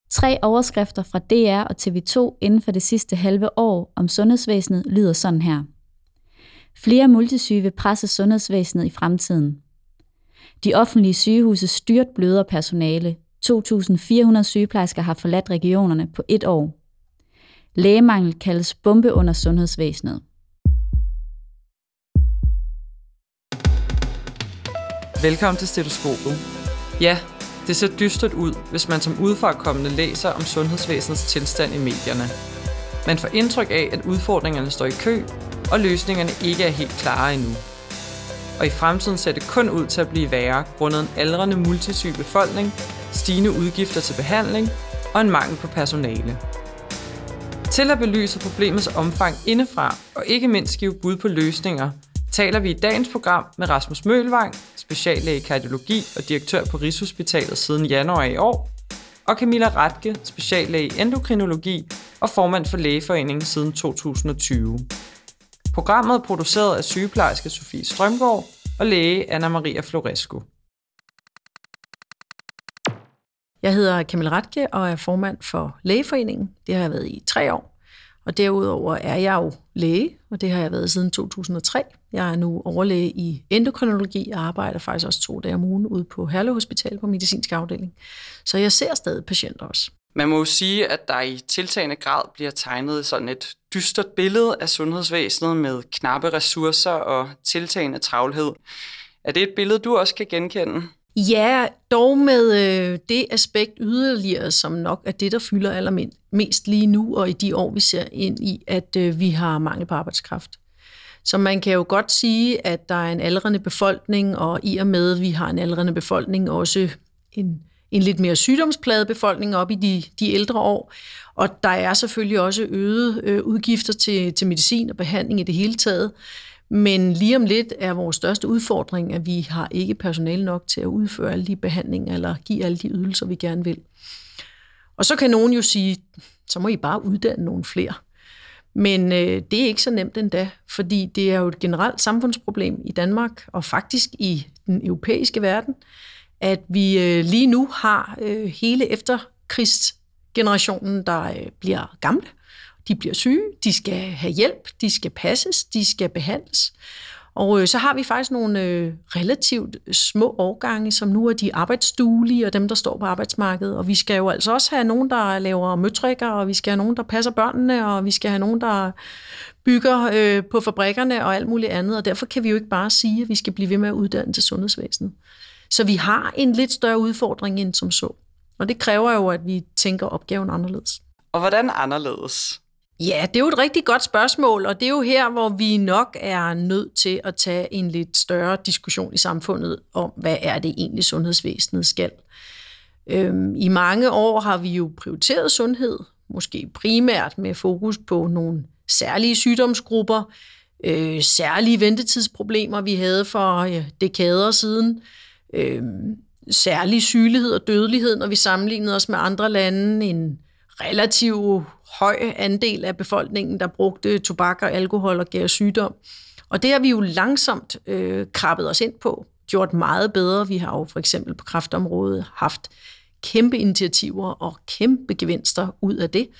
3 overskrifter fra DR og TV2 inden for det sidste halve år om sundhedsvæsenet lyder sådan her. Flere multisyge vil presse sundhedsvæsenet i fremtiden. De offentlige sygehuse styrt bløder personale. 2.400 sygeplejersker har forladt regionerne på 1 år. Lægemangel kaldes bombe under sundhedsvæsenet. Velkommen til Stetoskopet. Ja, det ser dystert ud, hvis man som udefrakommende læser om sundhedsvæsenets tilstand i medierne. Man får indtryk af, at udfordringerne står i kø, og løsningerne ikke er helt klare endnu. Og i fremtiden ser det kun ud til at blive værre, grundet en aldrende multisyg befolkning, stigende udgifter til behandling og en mangel på personale. Til at belyse problemets omfang indefra, og ikke mindst give bud på løsninger, taler vi i dagens program med Rasmus Møhlvang, speciallæge i kardiologi og direktør på Rigshospitalet siden januar i år, og Camilla Rathke, speciallæge i endokrinologi og formand for Lægeforeningen siden 2020. Programmet er produceret af sygeplejerske Sofie Strømgaard og læge Anna Maria Florescu. Jeg hedder Camilla Rathke og er formand for Lægeforeningen. Det har jeg været i 3 år. Og derudover er jeg jo læge, og det har jeg været siden 2003. Jeg er nu overlæge i endokrinologi og arbejder faktisk også 2 dage om ugen ude på Herlev Hospital på medicinsk afdeling. Så jeg ser stadig patienter også. Man må jo sige, at der i tiltagende grad bliver tegnet sådan et dystert billede af sundhedsvæsenet med knappe ressourcer og tiltagende travlhed. Er det et billede, du også kan genkende? Ja, dog med det aspekt yderligere, som nok er det, der fylder allermest lige nu, og i de år, vi ser ind i, at vi har mangel på arbejdskraft. Så man kan jo godt sige, at der er en aldrende befolkning, og i og med, at vi har en aldrende befolkning, også en lidt mere sygdomsplaget befolkning op i de ældre år. Og der er selvfølgelig også øgede udgifter til medicin og behandling i det hele taget. Men lige om lidt er vores største udfordring, at vi har ikke personale nok til at udføre alle de behandlinger eller give alle de ydelser, vi gerne vil. Og så kan nogen jo sige, så må I bare uddanne nogle flere. Men det er ikke så nemt endda, fordi det er jo et generelt samfundsproblem i Danmark og faktisk i den europæiske verden, at vi lige nu har hele efterkrigsgenerationen, der bliver gamle. De bliver syge, de skal have hjælp, de skal passes, de skal behandles. Og så har vi faktisk nogle relativt små årgange, som nu er de arbejdsduelige og dem, der står på arbejdsmarkedet. Og vi skal jo altså også have nogen, der laver møtrikker, og vi skal have nogen, der passer børnene, og vi skal have nogen, der bygger på fabrikkerne og alt muligt andet. Og derfor kan vi jo ikke bare sige, at vi skal blive ved med at uddanne til sundhedsvæsenet. Så vi har en lidt større udfordring end som så. Og det kræver jo, at vi tænker opgaven anderledes. Og hvordan anderledes? Ja, det er jo et rigtig godt spørgsmål, og det er jo her, hvor vi nok er nødt til at tage en lidt større diskussion i samfundet om, hvad er det egentlig sundhedsvæsenet skal. I mange år har vi jo prioriteret sundhed, måske primært med fokus på nogle særlige sygdomsgrupper, særlige ventetidsproblemer, vi havde for dekader siden, særlig sygelighed og dødelighed, når vi sammenlignede os med andre lande, en relativt høj andel af befolkningen, der brugte tobak og alkohol og gav sygdom. Og det har vi jo langsomt krabbet os ind på, gjort meget bedre. Vi har jo for eksempel på kræftområdet haft kæmpe initiativer og kæmpe gevinster ud af det.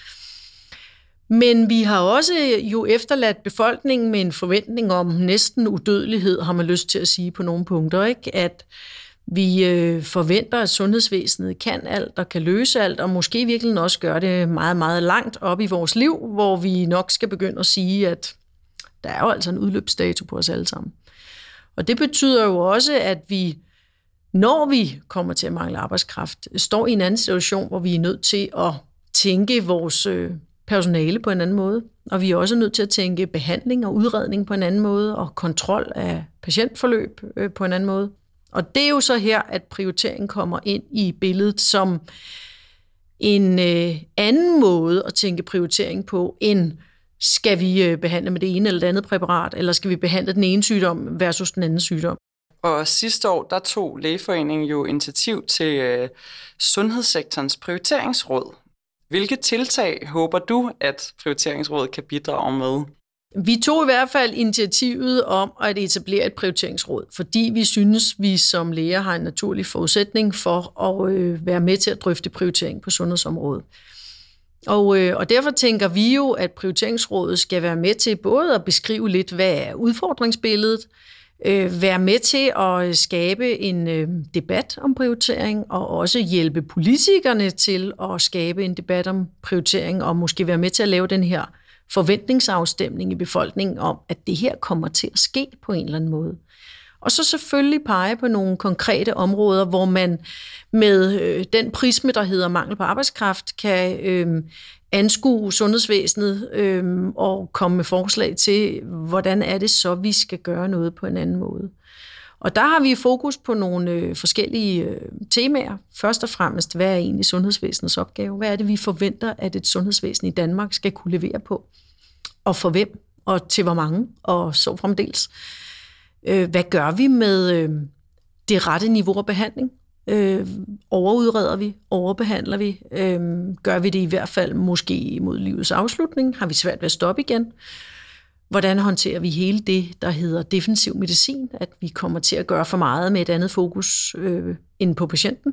Men vi har også jo efterladt befolkningen med en forventning om næsten udødelighed, har man lyst til at sige på nogle punkter, ikke? At vi forventer, at sundhedsvæsenet kan alt og kan løse alt, og måske virkelig også gøre det meget, meget langt op i vores liv, hvor vi nok skal begynde at sige, at der er jo altså en udløbsdato på os alle sammen. Og det betyder jo også, at vi, når vi kommer til at mangle arbejdskraft, står i en anden situation, hvor vi er nødt til at tænke vores personale på en anden måde, og vi er også nødt til at tænke behandling og udredning på en anden måde, og kontrol af patientforløb på en anden måde. Og det er jo så her, at prioritering kommer ind i billedet som en anden måde at tænke prioritering på, end skal vi behandle med det ene eller det andet præparat, eller skal vi behandle den ene sygdom versus den anden sygdom. Og sidste år, der tog Lægeforeningen jo initiativ til sundhedssektorens prioriteringsråd. Hvilke tiltag håber du, at prioriteringsrådet kan bidrage med? Vi tog i hvert fald initiativet om at etablere et prioriteringsråd, fordi vi synes, vi som læger har en naturlig forudsætning for at være med til at drøfte prioritering på sundhedsområdet. Og derfor tænker vi jo, at prioriteringsrådet skal være med til både at beskrive lidt, hvad er udfordringsbilledet, være med til at skabe en debat om prioritering, og også hjælpe politikerne til at skabe en debat om prioritering, og måske være med til at lave den her forventningsafstemning i befolkningen om, at det her kommer til at ske på en eller anden måde. Og så selvfølgelig pege på nogle konkrete områder, hvor man med den prisme, der hedder mangel på arbejdskraft, kan anskue sundhedsvæsenet og komme med forslag til, hvordan er det så, vi skal gøre noget på en anden måde. Og der har vi fokus på nogle forskellige temaer. Først og fremmest, hvad er egentlig sundhedsvæsenets opgave? Hvad er det, vi forventer, at et sundhedsvæsen i Danmark skal kunne levere på? Og for hvem? Og til hvor mange? Og så fremdeles. Hvad gør vi med det rette niveau af behandling? Overudreder vi? Overbehandler vi? Gør vi det i hvert fald måske mod livets afslutning? Har vi svært ved at stoppe igen? Hvordan håndterer vi hele det, der hedder defensiv medicin? At vi kommer til at gøre for meget med et andet fokus end på patienten?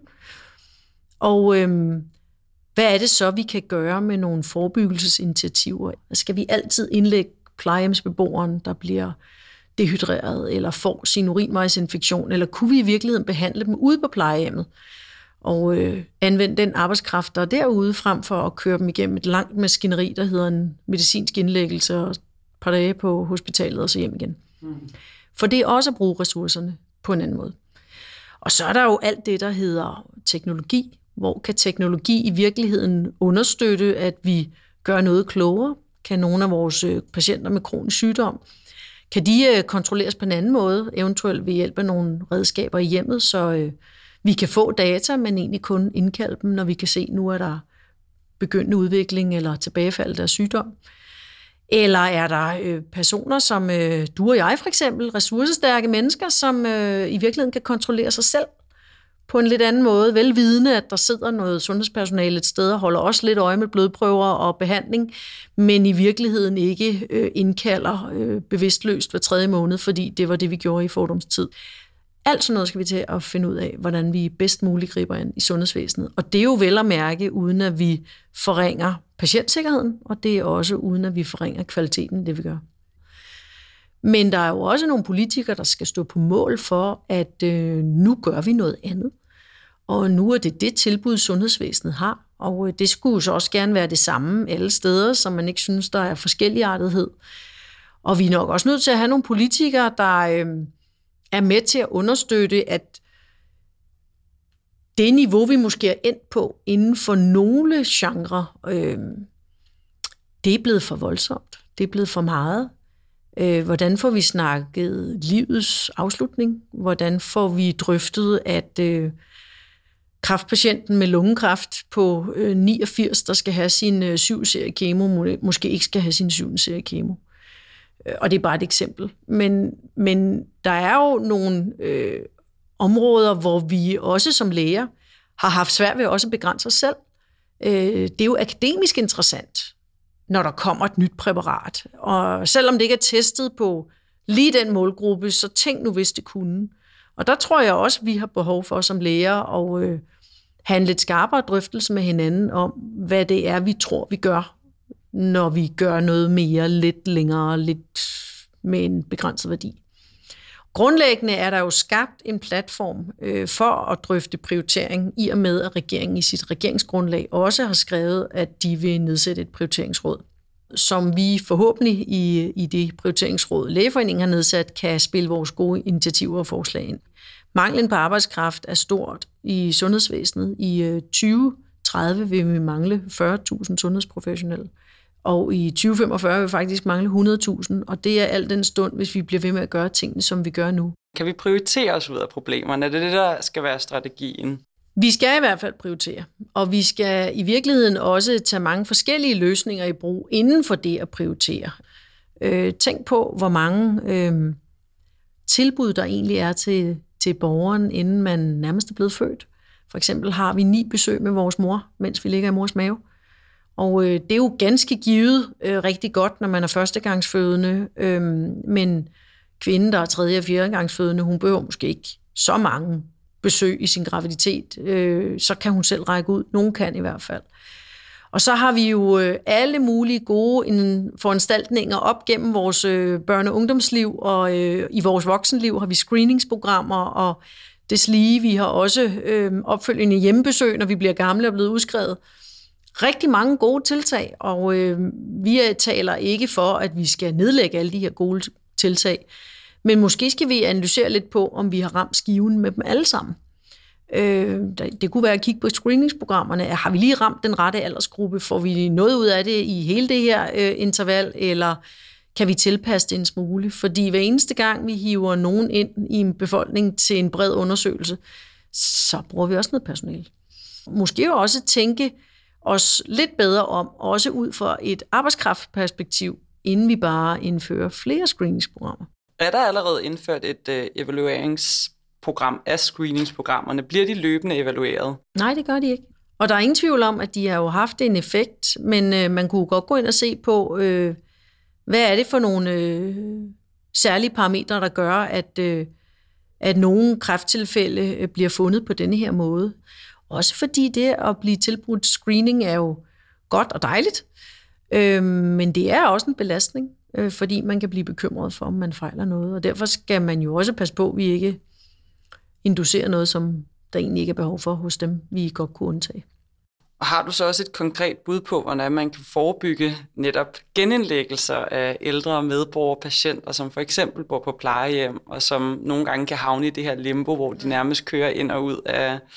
Og hvad er det så, vi kan gøre med nogle forebyggelsesinitiativer? Skal vi altid indlægge plejehjemsbeboeren, der bliver dehydreret eller får sin urinvejsinfektion, eller kunne vi i virkeligheden behandle dem ude på plejehjemmet og anvende den arbejdskraft, der er derude, frem for at køre dem igennem et langt maskineri, der hedder en medicinsk indlæggelse og et par dage på hospitalet og så hjem igen. For det er også at bruge ressourcerne på en anden måde. Og så er der jo alt det, der hedder teknologi. Hvor kan teknologi i virkeligheden understøtte, at vi gør noget klogere? Kan nogle af vores patienter med kronisk sygdom, kan de kontrolleres på en anden måde, eventuelt ved hjælp af nogle redskaber i hjemmet, så vi kan få data, men egentlig kun indkalde dem, når vi kan se, nu er der begyndende udvikling eller tilbagefald af deres sygdom. Eller er der personer som du og jeg for eksempel, ressourcestærke mennesker, som i virkeligheden kan kontrollere sig selv på en lidt anden måde, velvidende, at der sidder noget sundhedspersonale et sted og holder også lidt øje med blodprøver og behandling, men i virkeligheden ikke indkalder bevidstløst hver 3. måned, fordi det var det, vi gjorde i fordomstid. Alt sådan noget skal vi til at finde ud af, hvordan vi bedst muligt griber ind i sundhedsvæsenet. Og det er jo vel at mærke, uden at vi forringer patientsikkerheden, og det er også uden at vi forringer kvaliteten i det, vi gør. Men der er jo også nogle politikere, der skal stå på mål for, at nu gør vi noget andet. Og nu er det tilbud, sundhedsvæsenet har. Og det skulle så også gerne være det samme alle steder, så man ikke synes, der er forskelligartethed. Og vi er nok også nødt til at have nogle politikere, der er med til at understøtte, at det niveau, vi måske er endt på inden for nogle genrer, det er blevet for voldsomt. Det er blevet for meget. Hvordan får vi snakket livets afslutning? Hvordan får vi drøftet, at kræftpatienten med lungekræft på 89, der skal have sin 7-serie kemo, måske ikke skal have sin 7-serie kemo? Og det er bare et eksempel. Men der er jo nogle områder, hvor vi også som læger har haft svært ved også at begrænse os selv. Det er jo akademisk interessant, når der kommer et nyt præparat. Og selvom det ikke er testet på lige den målgruppe, så tænk nu, hvis det kunne. Og der tror jeg også, vi har behov for som læger at have en lidt skarpere drøftelse med hinanden om, hvad det er, vi tror, vi gør, når vi gør noget mere, lidt længere, lidt med en begrænset værdi. Grundlæggende er der jo skabt en platform for at drøfte prioritering, i og med at regeringen i sit regeringsgrundlag også har skrevet, at de vil nedsætte et prioriteringsråd, som vi forhåbentlig i det prioriteringsråd, Lægeforeningen har nedsat, kan spille vores gode initiativer og forslag ind. Manglen på arbejdskraft er stort i sundhedsvæsenet. I 2030 vil vi mangle 40.000 sundhedsprofessionelle. Og i 2045 vil vi faktisk mangle 100.000, og det er al den stund, hvis vi bliver ved med at gøre tingene, som vi gør nu. Kan vi prioritere os ud af problemerne? Er det det, der skal være strategien? Vi skal i hvert fald prioritere, og vi skal i virkeligheden også tage mange forskellige løsninger i brug inden for det at prioritere. Tænk på, hvor mange tilbud der egentlig er til borgeren, inden man nærmest er blevet født. For eksempel har vi 9 besøg med vores mor, mens vi ligger i mors mave. Og det er jo ganske givet rigtig godt, når man er førstegangsfødende, men kvinden, der er tredje- og fjerdegangsfødende, hun behøver måske ikke så mange besøg i sin graviditet, så kan hun selv række ud. Nogen kan i hvert fald. Og så har vi jo alle mulige gode foranstaltninger op gennem vores børne- og ungdomsliv, og i vores voksenliv har vi screeningsprogrammer, og deslige. Vi har også opfølgende hjemmebesøg, når vi bliver gamle og blevet udskrevet. Rigtig mange gode tiltag, og vi taler ikke for, at vi skal nedlægge alle de her gode tiltag, men måske skal vi analysere lidt på, om vi har ramt skiven med dem alle sammen. Det kunne være at kigge på screeningsprogrammerne. Har vi lige ramt den rette aldersgruppe? Får vi noget ud af det i hele det her interval, eller kan vi tilpasse det en smule? Fordi hver eneste gang, vi hiver nogen ind i en befolkning til en bred undersøgelse, så bruger vi også noget personale. Måske jo også tænke os lidt bedre om, også ud fra et arbejdskraftperspektiv, inden vi bare indfører flere screeningsprogrammer. Er der allerede indført et evalueringsprogram af screeningsprogrammerne? Bliver de løbende evalueret? Nej, det gør de ikke. Og der er ingen tvivl om, at de har jo haft en effekt, men man kunne godt gå ind og se på, hvad er det for nogle særlige parametre, der gør, at nogle kræfttilfælde bliver fundet på denne her måde. Også fordi det at blive tilbudt screening er jo godt og dejligt, men det er også en belastning, fordi man kan blive bekymret for, om man fejler noget. Og derfor skal man jo også passe på, at vi ikke inducerer noget, som der egentlig ikke er behov for hos dem, vi godt kunne undtage. Og har du så også et konkret bud på, hvordan man kan forebygge netop genindlæggelser af ældre medborgere og patienter, som for eksempel bor på plejehjem, og som nogle gange kan havne i det her limbo, hvor de nærmest kører ind og ud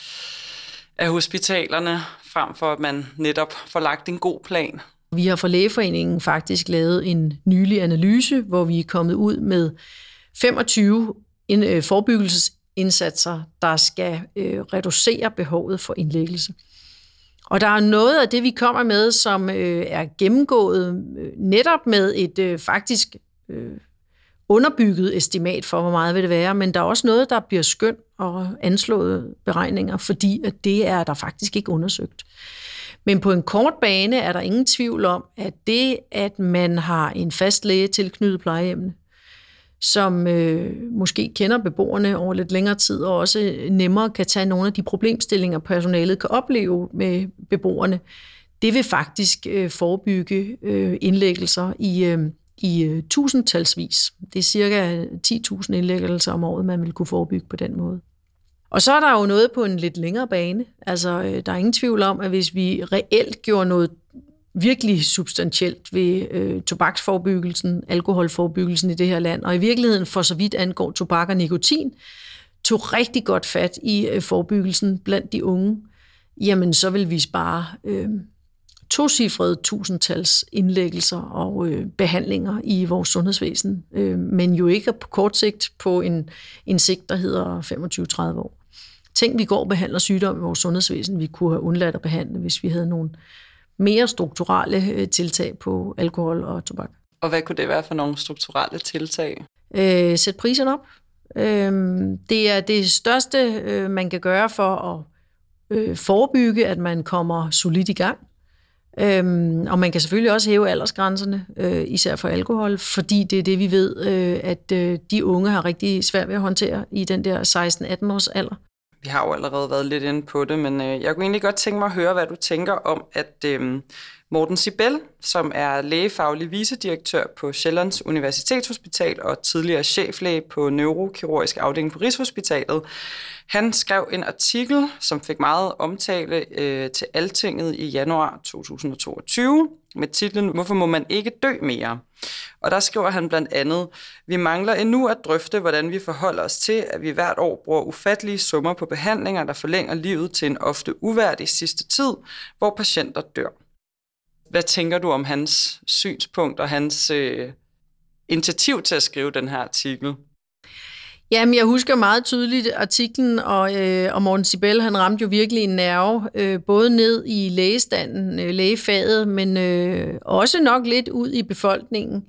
af hospitalerne, frem for at man netop får lagt en god plan? Vi har fra Lægeforeningen faktisk lavet en nylig analyse, hvor vi er kommet ud med 25 forebyggelsesindsatser, der skal reducere behovet for indlæggelse. Og der er noget af det, vi kommer med, som er gennemgået netop med et faktisk underbygget estimat for, hvor meget vil det være, men der er også noget, der bliver skøn og anslået beregninger, fordi at det er der faktisk ikke undersøgt. Men på en kort bane er der ingen tvivl om, at det, at man har en fast læge tilknyttet plejehjemmene, som måske kender beboerne over lidt længere tid, og også nemmere kan tage nogle af de problemstillinger, personalet kan opleve med beboerne, det vil faktisk forebygge indlæggelser i tusindtalsvis. Det er cirka 10.000 indlæggelser om året, man vil kunne forebygge på den måde. Og så er der jo noget på en lidt længere bane. Altså, der er ingen tvivl om, at hvis vi reelt gjorde noget virkelig substantielt ved tobaksforebyggelsen, alkoholforebyggelsen i det her land, og i virkeligheden for så vidt angår tobak og nikotin, tog rigtig godt fat i forebyggelsen blandt de unge, jamen så vil vi spare tocifrede tusindtals indlæggelser og behandlinger i vores sundhedsvæsen, men jo ikke på kort sigt på en sigt, der hedder 25-30 år. Tænk, vi går og behandler sygdom i vores sundhedsvæsen, vi kunne have undladt at behandle, hvis vi havde nogle mere strukturelle tiltag på alkohol og tobak. Og hvad kunne det være for nogle strukturelle tiltag? Sæt priserne op. Det er det største, man kan gøre for at forebygge, at man kommer solidt i gang. Og man kan selvfølgelig også hæve aldersgrænserne, især for alkohol, fordi det er det, vi ved, at de unge har rigtig svært ved at håndtere i den der 16-18 års alder. Vi har jo allerede været lidt inde på det, men jeg kunne egentlig godt tænke mig at høre, hvad du tænker om, at Morten Sibel, som er lægefaglig vicedirektør på Sjællands Universitetshospital og tidligere cheflæge på neurokirurgisk afdeling på Rigshospitalet, han skrev en artikel, som fik meget omtale til Altinget i januar 2022, med titlen "Hvorfor må man ikke dø mere?" Og der skriver han blandt andet: "Vi mangler endnu at drøfte, hvordan vi forholder os til, at vi hvert år bruger ufattelige summer på behandlinger, der forlænger livet til en ofte uværdig sidste tid, hvor patienter dør." Hvad tænker du om hans synspunkt og hans initiativ til at skrive den her artikel? Jamen, jeg husker meget tydeligt artiklen, og Morten Sibel, han ramte jo virkelig en nerve, både ned i lægestanden, lægefaget, men også nok lidt ud i befolkningen.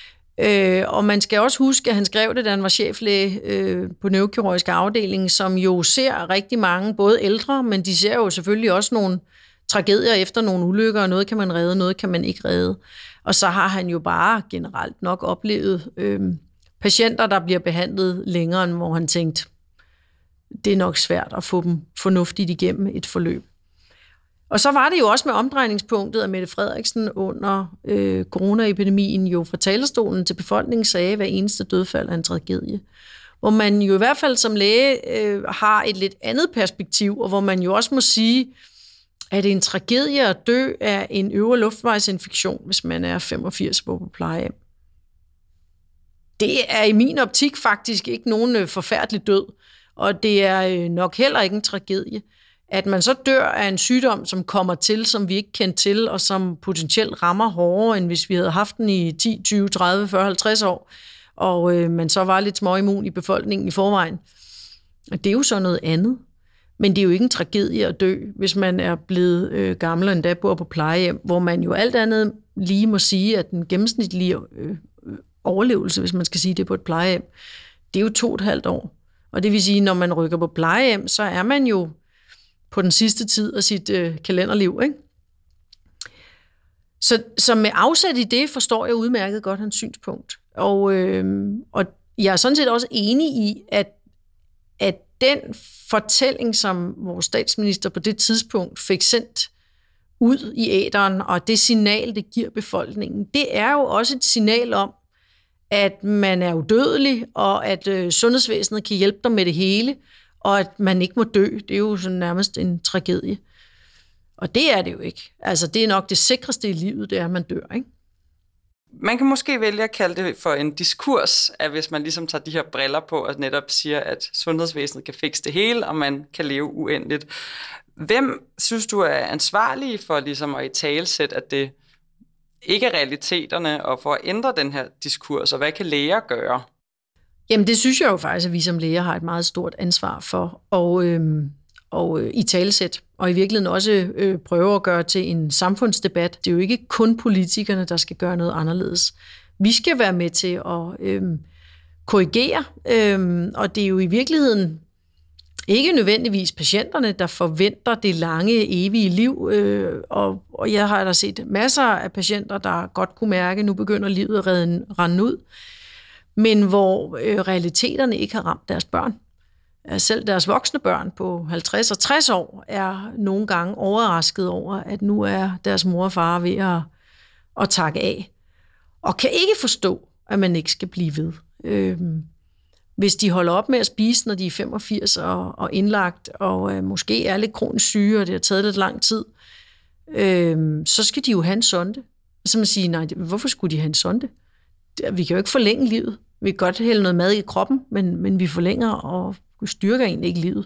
Og man skal også huske, at han skrev det, da han var cheflæge på neurokirurgisk afdeling, som jo ser rigtig mange, både ældre, men de ser jo selvfølgelig også nogle tragedier efter nogle ulykker, og noget kan man redde, noget kan man ikke redde. Og så har han jo bare generelt nok oplevet patienter, der bliver behandlet længere, end hvor han tænkte, det er nok svært at få dem fornuftigt igennem et forløb. Og så var det jo også med omdrejningspunktet, at Mette Frederiksen under coronaepidemien jo fra talerstolen til befolkningen sagde, at hver eneste dødsfald er en tragedie. Hvor man jo i hvert fald som læge har et lidt andet perspektiv, og hvor man jo også må sige, at det er en tragedie at dø af en øvre luftvejsinfektion, hvis man er 85 på plejehjem. Det er i min optik faktisk ikke nogen forfærdelig død, og det er nok heller ikke en tragedie. At man så dør af en sygdom, som kommer til, som vi ikke kendte til, og som potentielt rammer hårdere, end hvis vi havde haft den i 10, 20, 30, 40, 50 år, og man så var lidt småimmun i befolkningen i forvejen. Og det er jo så noget andet. Men det er jo ikke en tragedie at dø, hvis man er blevet gammel og endda bor på plejehjem, hvor man jo alt andet lige må sige, at den gennemsnitlige overlevelse, hvis man skal sige det på et plejehjem, det er jo 2,5 år. Og det vil sige, når man rykker på plejehjem, så er man jo på den sidste tid af sit kalenderliv, ikke? Så med afsæt i det forstår jeg udmærket godt hans synspunkt. Og jeg er sådan set også enig i, at den fortælling, som vores statsminister på det tidspunkt fik sendt ud i æteren, og det signal, det giver befolkningen, det er jo også et signal om, at man er udødelig, og at sundhedsvæsenet kan hjælpe dig med det hele, og at man ikke må dø. Det er jo sådan nærmest en tragedie. Og det er det jo ikke. Altså, det er nok det sikreste i livet, det er, at man dør, ikke? Man kan måske vælge at kalde det for en diskurs, at hvis man ligesom tager de her briller på og netop siger, at sundhedsvæsenet kan fikse det hele, og man kan leve uendeligt. Hvem synes du er ansvarlig for ligesom at italesætte, at det ikke er realiteterne, og for at ændre den her diskurs, og hvad kan læger gøre? Jamen, det synes jeg jo faktisk, at vi som læger har et meget stort ansvar for og italesætte, og i virkeligheden også prøve at gøre til en samfundsdebat. Det er jo ikke kun politikerne, der skal gøre noget anderledes. Vi skal være med til at korrigere, og det er jo i virkeligheden ikke nødvendigvis patienterne, der forventer det lange, evige liv, og jeg har da set masser af patienter, der godt kunne mærke, at nu begynder livet at rende ud, men hvor realiteterne ikke har ramt deres børn. Selv deres voksne børn på 50 og 60 år er nogle gange overrasket over, at nu er deres mor og far ved at takke af, og kan ikke forstå, at man ikke skal blive ved. Hvis de holder op med at spise, når de er 85 og indlagt, og måske er lidt kronisk syge, og det har taget lidt lang tid, så skal de jo have en sonde. Så man siger, nej, hvorfor skulle de have en sonde? Vi kan jo ikke forlænge livet. Vi kan godt hælde noget mad i kroppen, men vi forlænger og styrker egentlig ikke livet.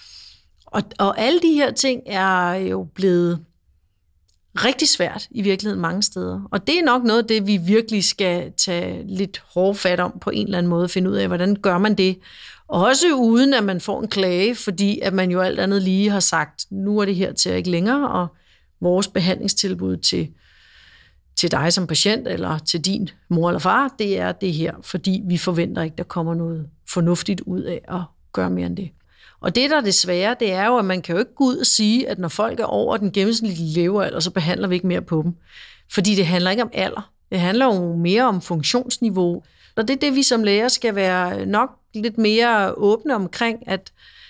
Og alle de her ting er jo blevet rigtig svært i virkeligheden mange steder. Og det er nok noget af det, vi virkelig skal tage lidt hårdt fat om på en eller anden måde, finde ud af, hvordan gør man det. Også uden at man får en klage, fordi at man jo alt andet lige har sagt, nu er det her til ikke længere, og vores behandlingstilbud til dig som patient, eller til din mor eller far, det er det her, fordi vi forventer ikke, der kommer noget fornuftigt ud af at gøre mere end det. Og det, der er det svære, det er jo, at man kan jo ikke gå ud og sige, at når folk er over den gennemsnitlige levealder, så behandler vi ikke mere på dem. Fordi det handler ikke om alder. Det handler jo mere om funktionsniveau. Og det er det, vi som læger skal være nok lidt mere åbne omkring, at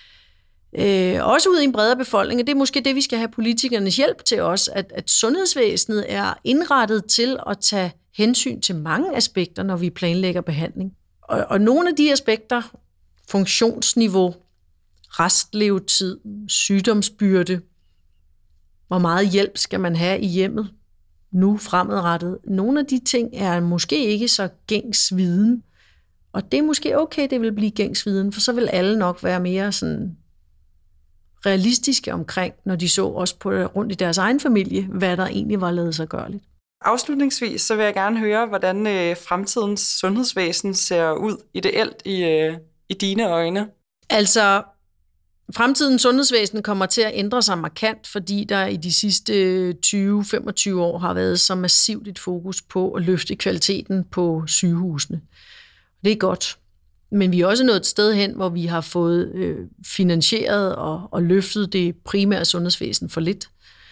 også ud i en bredere befolkning, og det er måske det, vi skal have politikernes hjælp til os, at sundhedsvæsenet er indrettet til at tage hensyn til mange aspekter, når vi planlægger behandling. Og nogle af de aspekter, funktionsniveau, restlevetid, sygdomsbyrde, hvor meget hjælp skal man have i hjemmet nu fremadrettet. Nogle af de ting er måske ikke så gængs viden, og det er måske okay, det vil blive gængs viden, for så vil alle nok være mere sådan realistiske omkring, når de så også rundt i deres egen familie, hvad der egentlig var ladet sig gørligt. Afslutningsvis så vil jeg gerne høre, hvordan fremtidens sundhedsvæsen ser ud ideelt i dine øjne. Altså, fremtidens sundhedsvæsen kommer til at ændre sig markant, fordi der i de sidste 20-25 år har været så massivt et fokus på at løfte kvaliteten på sygehusene. Det er godt. Men vi er også nået et sted hen, hvor vi har fået finansieret og løftet det primære sundhedsvæsen for lidt.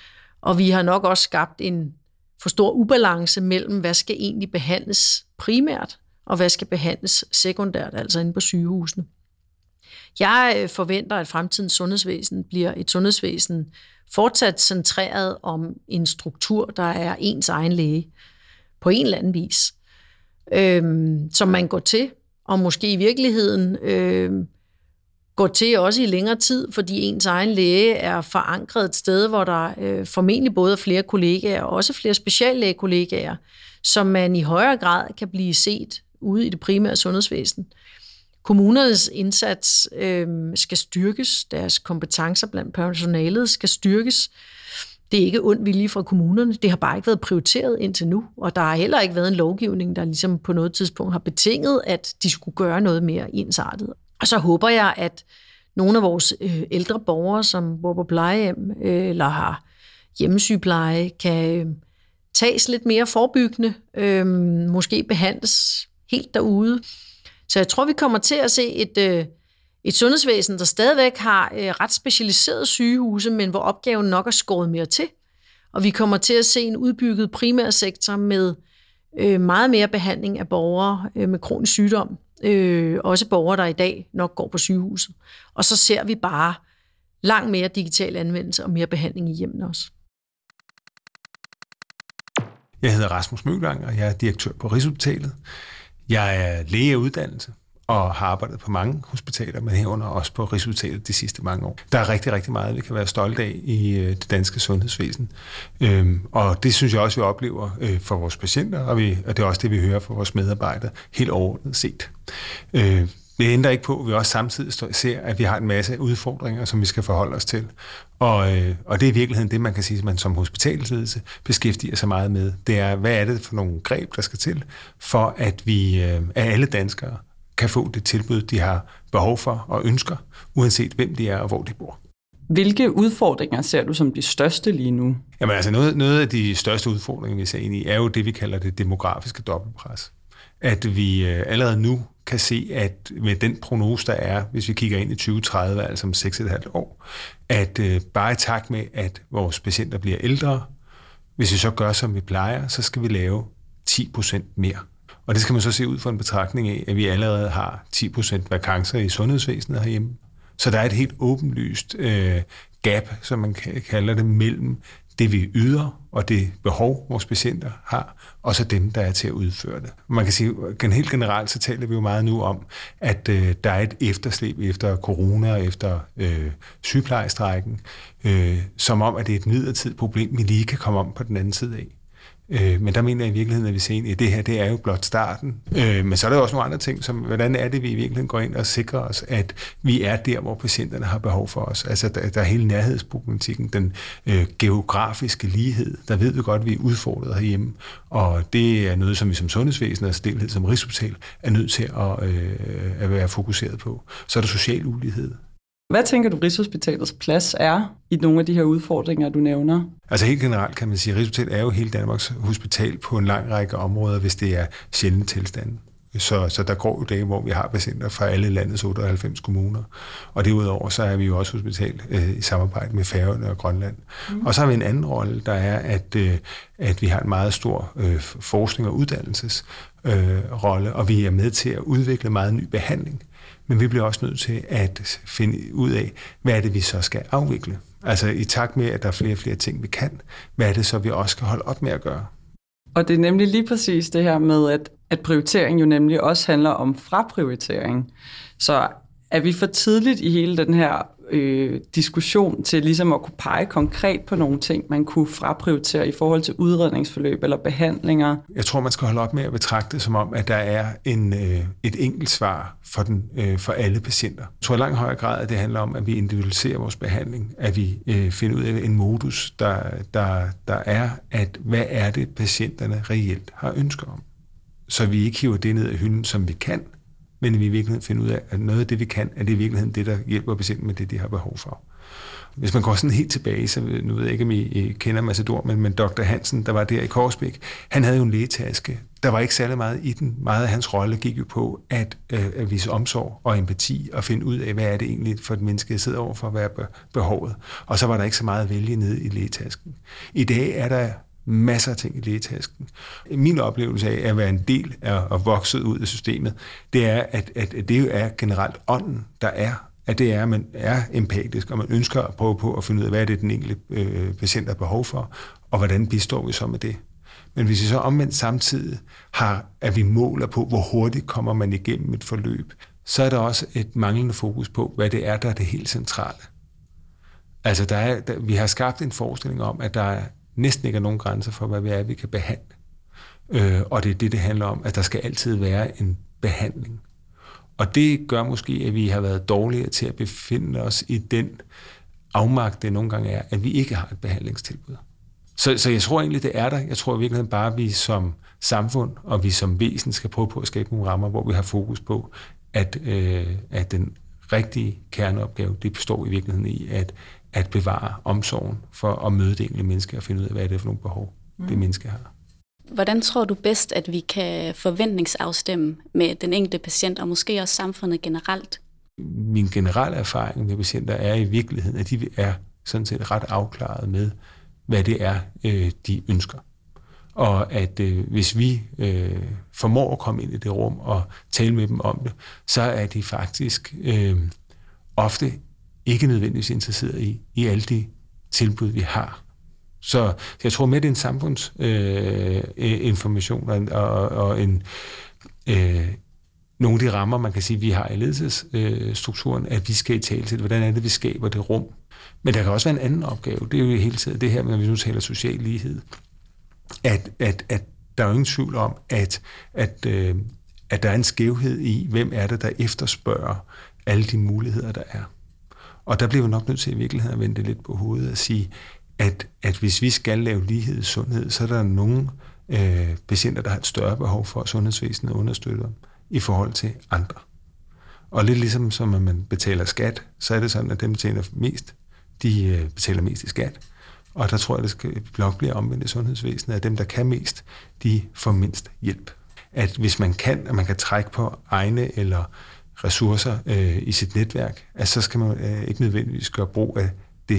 Og vi har nok også skabt en for stor ubalance mellem, hvad skal egentlig behandles primært, og hvad skal behandles sekundært, altså inde på sygehusene. Jeg forventer, at fremtidens sundhedsvæsen bliver et sundhedsvæsen fortsat centreret om en struktur, der er ens egen læge på en eller anden vis, som man går til, og måske i virkeligheden går til også i længere tid, fordi ens egen læge er forankret et sted, hvor der formentlig både er flere kollegaer og også flere speciallægekollegaer, som man i højere grad kan blive set ude i det primære sundhedsvæsen. Kommunernes indsats skal styrkes, deres kompetencer blandt personalet skal styrkes. Det er ikke ond vilje fra kommunerne, det har bare ikke været prioriteret indtil nu, og der har heller ikke været en lovgivning, der ligesom på noget tidspunkt har betinget, at de skulle gøre noget mere ensartet. Og så håber jeg, at nogle af vores ældre borgere, som bor på plejehjem eller har hjemmesygepleje, kan tages lidt mere forebyggende, måske behandles helt derude. Så jeg tror, vi kommer til at se et sundhedsvæsen, der stadigvæk har ret specialiserede sygehuse, men hvor opgaven nok er skåret mere til. Og vi kommer til at se en udbygget primærsektor med meget mere behandling af borgere med kronisk sygdom. Også borgere, der i dag nok går på sygehuset. Og så ser vi bare langt mere digital anvendelse og mere behandling i hjemmene også. Jeg hedder Rasmus Møglang, og jeg er direktør på Rigshospitalet. Jeg er læge af uddannelse og har arbejdet på mange hospitaler, men herunder også på Rigshospitalet de sidste mange år. Der er rigtig, rigtig meget, vi kan være stolte af i det danske sundhedsvæsen. Og det synes jeg også, vi oplever for vores patienter, og det er også det, vi hører fra vores medarbejdere helt overordnet set. Det ændrer ikke på, at vi også samtidig ser, at vi har en masse udfordringer, som vi skal forholde os til. Og det er i virkeligheden det, man kan sige, at man som hospitalsledelse beskæftiger sig meget med. Det er, hvad er det for nogle greb, der skal til, for at alle danskere kan få det tilbud, de har behov for og ønsker, uanset hvem de er og hvor de bor. Hvilke udfordringer ser du som de største lige nu? Jamen altså noget af de største udfordringer, vi ser ind i, er jo det, vi kalder det demografiske dobbeltpres. At vi allerede nu kan se, at med den prognose, der er, hvis vi kigger ind i 2030, altså om 6,5 år, at bare i takt med, at vores patienter bliver ældre, hvis vi så gør, som vi plejer, så skal vi lave 10% mere. Og det skal man så se ud fra en betragtning af, at vi allerede har 10% vakancer i sundhedsvæsenet herhjemme. Så der er et helt åbenlyst gap, som man kalder det, mellem det, vi yder, og det behov, vores patienter har, og så dem, der er til at udføre det. Man kan sige, helt generelt, så taler vi jo meget nu om, at der er et efterslæb efter corona og efter sygeplejestrejken, som om, at det er et midlertidigt problem, vi lige kan komme om på den anden side af. Men der mener jeg i virkeligheden, at vi ser ind i det her, det er jo blot starten. Men så er der også nogle andre ting, som hvordan er det, vi i virkeligheden går ind og sikrer os, at vi er der, hvor patienterne har behov for os. Altså der er hele nærhedsproblematikken, den geografiske lighed, der ved vi godt, at vi er udfordret herhjemme. Og det er noget, som vi som sundhedsvæsen og stilhed som Rigshospital er nødt til at være fokuseret på. Så er der social ulighed. Hvad tænker du, Rigshospitalets plads er i nogle af de her udfordringer, du nævner? Altså helt generelt kan man sige, at Rigshospitalet er jo hele Danmarks hospital på en lang række områder, hvis det er sjældne tilstande. Så der går jo dage, hvor vi har patienter fra alle landets 98 kommuner. Og derudover så er vi jo også hospital i samarbejde med Færøerne og Grønland. Og så har vi en anden rolle, der er, at vi har en meget stor forskning og uddannelsesrolle, og vi er med til at udvikle meget ny behandling. Men vi bliver også nødt til at finde ud af, hvad er det, vi så skal afvikle. Altså i takt med, at der er flere og flere ting, vi kan, hvad er det så, vi også skal holde op med at gøre. Og det er nemlig lige præcis det her med, at prioritering jo nemlig også handler om fraprioritering. Så er vi for tidligt i hele den her diskussion til ligesom at kunne pege konkret på nogle ting, man kunne fraprioritere i forhold til udredningsforløb eller behandlinger? Jeg tror, man skal holde op med at betragte det som om, at der er et enkelt svar for alle patienter. Jeg tror i langt højere grad, at det handler om, at vi individualiserer vores behandling, at vi finder ud af en modus, der er, at hvad er det, patienterne reelt har ønsker om. Så vi ikke hiver det ned af hylden, som vi kan, men vi i virkeligheden finder ud af, at noget af det, vi kan, er det i virkeligheden det, der hjælper patienten med det, de har behov for. Hvis man går sådan helt tilbage, så nu ved jeg ikke, om I kender Matador, men Dr. Hansen, der var der i Korsbæk, han havde jo en lægetaske. Der var ikke særlig meget i den. Meget af hans rolle gik jo på at vise omsorg og empati og finde ud af, hvad er det egentlig for et menneske, jeg sidder over for, hvad er behovet. Og så var der ikke så meget at vælge ned i lægetasken. I dag er der masser af ting i lægetasken. Min oplevelse af at være en del og vokset ud af systemet, det er, at det jo er generelt ånden, der er. At det er, at man er empatisk, og man ønsker at prøve på at finde ud af, hvad er det, den enkelte patient har behov for, og hvordan bistår vi så med det. Men hvis vi så omvendt samtidig at vi måler på, hvor hurtigt kommer man igennem et forløb, så er der også et manglende fokus på, hvad det er, der er det helt centrale. Altså, vi har skabt en forestilling om, at der næsten ikke er nogen grænser for, hvad vi kan behandle. Og det er det handler om, at der skal altid være en behandling. Og det gør måske, at vi har været dårligere til at befinde os i den afmagt, det nogle gange er, at vi ikke har et behandlingstilbud. Så jeg tror egentlig, det er der. Jeg tror i virkeligheden bare, at vi som samfund og vi som væsen skal prøve på at skabe nogle rammer, hvor vi har fokus på, at den rigtige kerneopgave, det består i virkeligheden i at bevare omsorgen for at møde det enkelte menneske og finde ud af, hvad er det for nogle behov, det menneske har. Hvordan tror du bedst, at vi kan forventningsafstemme med den enkelte patient, og måske også samfundet generelt? Min generelle erfaring med patienter er i virkeligheden, at de er sådan set ret afklaret med, hvad det er, de ønsker. Og at hvis vi formår at komme ind i det rum og tale med dem om det, så er de faktisk ofte ikke nødvendigvis interesseret i alle de tilbud, vi har. Så jeg tror med, det er en samfundsinformation og nogle af de rammer, man kan sige, vi har i ledelsesstrukturen, at vi skal i tale til, hvordan er det, vi skaber det rum. Men der kan også være en anden opgave. Det er jo hele tiden det her, når vi nu taler social lighed, at der er jo ingen tvivl om, at der er en skævhed i, hvem er det, der efterspørger alle de muligheder, der er. Og der bliver vi nok nødt til i virkeligheden at vende det lidt på hovedet og sige, at hvis vi skal lave lighed i sundhed, så er der nogle patienter, der har et større behov for, at sundhedsvæsenet understøtter dem i forhold til andre. Og lidt ligesom som at man betaler skat, så er det sådan, at dem, der tjener mest, de betaler mest i skat. Og der tror jeg, det skal nok blive omvendt i sundhedsvæsenet, at dem, der kan mest, de får mindst hjælp. At hvis man kan, at man kan trække på egne eller ressourcer i sit netværk, at så skal man ikke nødvendigvis gøre brug af det,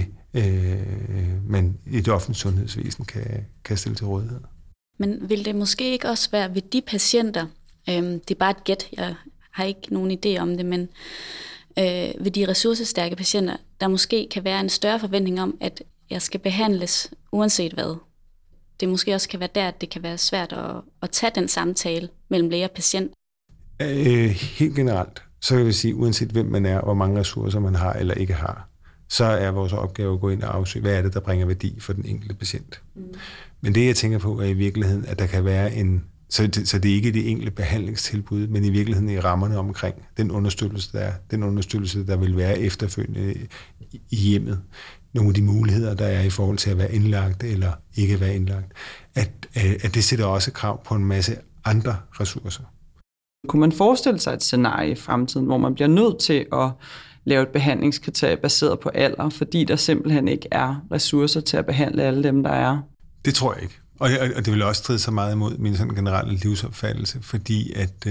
man i det offentlige sundhedsvæsen kan stille til rådighed. Men vil det måske ikke også være ved de patienter, det er bare et gæt, jeg har ikke nogen idé om det, men ved de ressourcestærke patienter, der måske kan være en større forventning om, at jeg skal behandles uanset hvad. Det måske også kan være der, at det kan være svært at tage den samtale mellem læge og patient. Helt generelt, så kan vi sige, uanset hvem man er, og hvor mange ressourcer man har eller ikke har, så er vores opgave at gå ind og afsøge, hvad er det, der bringer værdi for den enkelte patient. Men det, jeg tænker på, er i virkeligheden, at der kan være så det er ikke det enkelte behandlingstilbud, men i virkeligheden i rammerne omkring den understøttelse, der vil være efterfølgende i hjemmet. Nogle af de muligheder, der er i forhold til at være indlagt eller ikke være indlagt. At det sætter også krav på en masse andre ressourcer. Kunne man forestille sig et scenarie i fremtiden, hvor man bliver nødt til at lave et behandlingskriterie baseret på alder, fordi der simpelthen ikke er ressourcer til at behandle alle dem, der er? Det tror jeg ikke. Og det vil også stride så meget imod min sådan generelle livsopfattelse, fordi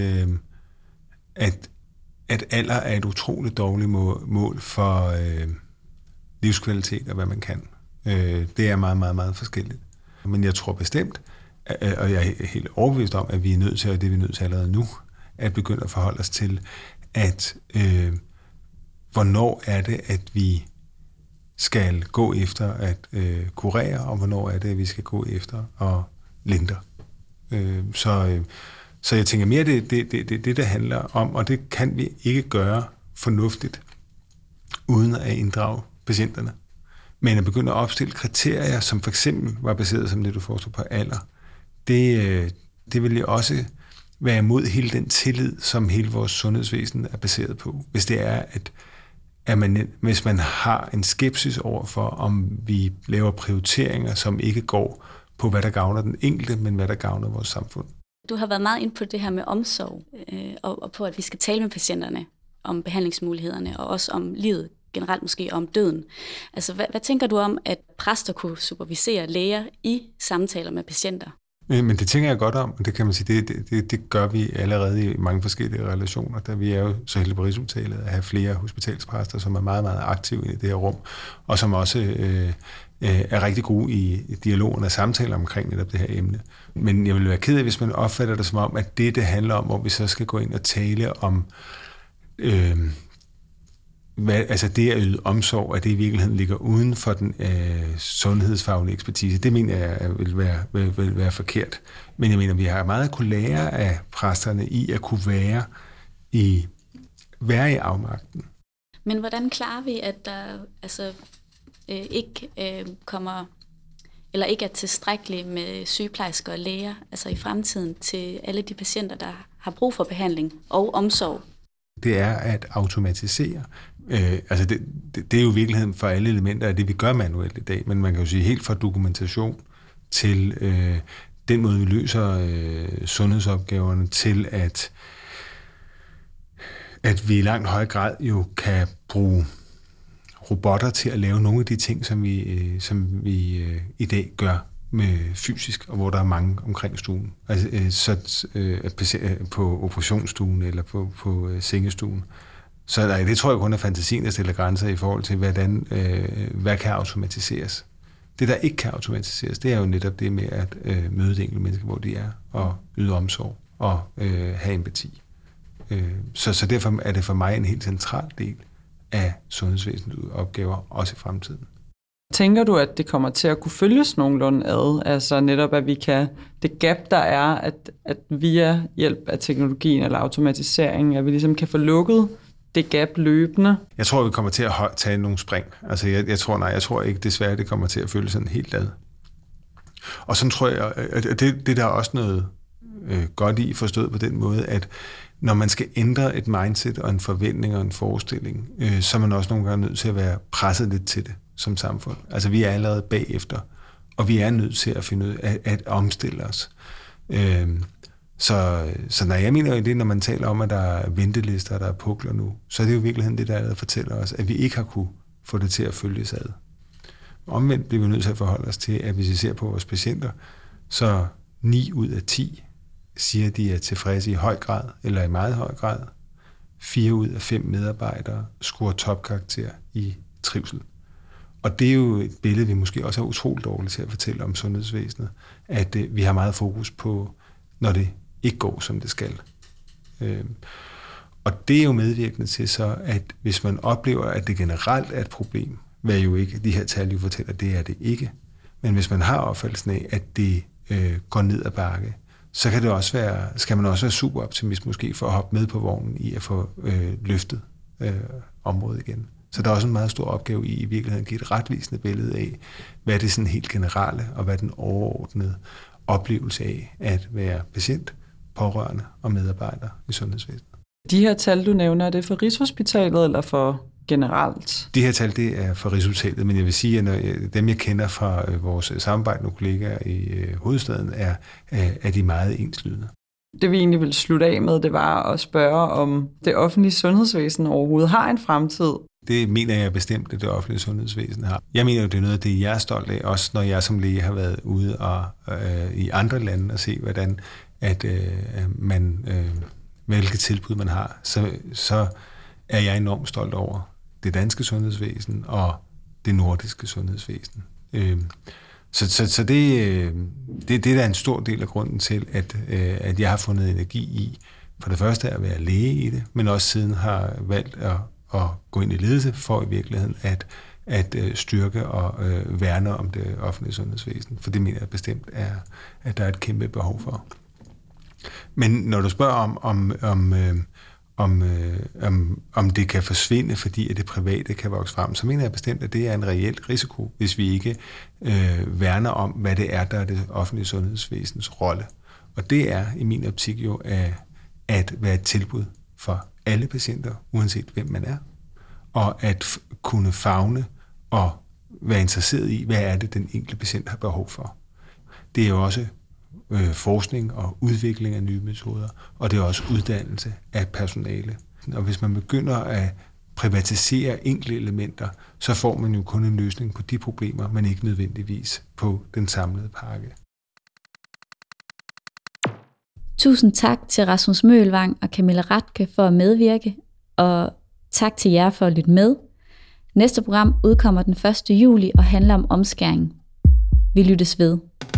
at alder er et utroligt dårligt mål for livskvalitet og hvad man kan. Det er meget, meget, meget forskelligt. Men jeg tror bestemt, og jeg er helt overbevist om, at vi er nødt til, og det er vi nødt til allerede nu, at begynde at forholde os til, at hvornår er det, at vi skal gå efter at kurere, og hvornår er det, at vi skal gå efter at lindre. Så jeg tænker mere, det handler om, og det kan vi ikke gøre fornuftigt, uden at inddrage patienterne. Men at begynde at opstille kriterier, som for eksempel var baseret, som det du forstår på alder, det vil jo også være imod hele den tillid, som hele vores sundhedsvæsen er baseret på. Hvis det er, hvis man har en skepsis overfor, om vi laver prioriteringer, som ikke går på, hvad der gavner den enkelte, men hvad der gavner vores samfund. Du har været meget inde på det her med omsorg, og på, at vi skal tale med patienterne om behandlingsmulighederne, og også om livet generelt måske om døden. Altså, hvad tænker du om, at præster kunne supervisere læger i samtaler med patienter? Men det tænker jeg godt om, og det kan man sige, det gør vi allerede i mange forskellige relationer, da vi er jo så heldige på Rigshospitalet at have flere hospitalspræster, som er meget, meget aktive i det her rum, og som også er rigtig gode i dialogen og samtaler omkring netop det her emne. Men jeg vil være ked af, hvis man opfatter det som om, at det handler om, hvor vi så skal gå ind og tale om altså det at yde omsorg, at det i virkeligheden ligger uden for den sundhedsfaglige ekspertise, det mener jeg vil være forkert. Men jeg mener, vi har meget at kunne lære af præsterne i at kunne være i afmagten. Men hvordan klarer vi, at der ikke kommer, eller ikke er tilstrækkeligt med sygeplejersker og læger, altså i fremtiden til alle de patienter, der har brug for behandling og omsorg? Det er at automatisere. Det er jo i virkeligheden for alle elementer af det, vi gør manuelt i dag, men man kan jo sige helt fra dokumentation til den måde, vi løser sundhedsopgaverne, til at vi i langt høj grad jo kan bruge robotter til at lave nogle af de ting, som vi i dag gør med fysisk, og hvor der er mange omkring stuen. På operationsstuen eller på sengestuen. Så det tror jeg kun er fantasien, der stiller grænser i forhold til, hvad kan automatiseres. Det, der ikke kan automatiseres, det er jo netop det med at møde de enkelte mennesker, hvor de er, og yde omsorg og have empati. Så derfor er det for mig en helt central del af sundhedsvæsenets opgaver, også i fremtiden. Tænker du, at det kommer til at kunne følges nogenlunde ad? Altså netop, at vi kan, det gap, der er, at via hjælp af teknologien eller automatisering, at vi ligesom kan få lukket det gap løbende? Jeg tror, vi kommer til at tage nogle spring. Altså jeg tror ikke desværre, det kommer til at føles sådan helt ad. Og sådan tror jeg, at det der er også noget godt i, forstået på den måde, at når man skal ændre et mindset og en forventning og en forestilling, så er man også nogle gange nødt til at være presset lidt til det som samfund. Altså vi er allerede bagefter, og vi er nødt til at finde ud af at omstille os. Så når jeg mener det, når man taler om, at der er ventelister, der er pukler nu, så er det jo i virkeligheden det, der fortæller os, at vi ikke har kunne få det til at følges ad. Omvendt bliver vi nødt til at forholde os til, at hvis vi ser på vores patienter, så 9 ud af 10 siger, at de er tilfredse i høj grad, eller i meget høj grad. 4 ud af 5 medarbejdere scorer topkarakter i trivsel. Og det er jo et billede, vi måske også er utroligt dårligt til at fortælle om sundhedsvæsenet, at vi har meget fokus på, når det ikke går, som det skal. Og det er jo medvirkende til så, at hvis man oplever, at det generelt er et problem, hvad jo ikke de her tal jo fortæller, det er det ikke. Men hvis man har opfattelsen af, at det går ned ad bakke, så kan det også skal man også være super optimist måske for at hoppe med på vognen i at få løftet området igen. Så der er også en meget stor opgave i virkeligheden at give et retvisende billede af, hvad det sådan helt generelle, og hvad den overordnede oplevelse af at være patient, pårørende og medarbejder i sundhedsvæsenet. De her tal, du nævner, er det for Rigshospitalet eller for generelt? De her tal, det er for Rigshospitalet, men jeg vil sige, at dem, jeg kender fra vores samarbejdende kollegaer i hovedstaden, er de meget enslydende. Det vi egentlig vil slutte af med, det var at spørge, om det offentlige sundhedsvæsen overhovedet har en fremtid. Det mener jeg bestemt, at det offentlige sundhedsvæsen har. Jeg mener jo, det er noget af det, jeg er stolt af, også når jeg som læge har været ude og i andre lande og se, hvordan hvilke tilbud man har. Så er jeg enormt stolt over det danske sundhedsvæsen og det nordiske sundhedsvæsen. Så det er en stor del af grunden til, at jeg har fundet energi i, for det første at være læge i det, men også siden har valgt at gå ind i ledelse for i virkeligheden at styrke og værne om det offentlige sundhedsvæsen, for det mener jeg bestemt at der er et kæmpe behov for. Men når du spørger om det kan forsvinde, fordi at det private kan vokse frem, så mener jeg bestemt, at det er en reel risiko, hvis vi ikke værner om, hvad det er, der er det offentlige sundhedsvæsens rolle. Og det er i min optik jo at være et tilbud for alle patienter, uanset hvem man er, og at kunne favne og være interesseret i, hvad er det, den enkelte patient har behov for. Det er jo også forskning og udvikling af nye metoder, og det er også uddannelse af personale. Og hvis man begynder at privatiserer enkelte elementer, så får man jo kun en løsning på de problemer, men ikke nødvendigvis på den samlede pakke. Tusind tak til Rasmus Møgelvang og Camilla Rathke for at medvirke, og tak til jer for at lytte med. Næste program udkommer den 1. juli og handler om omskæring. Vi lyttes ved.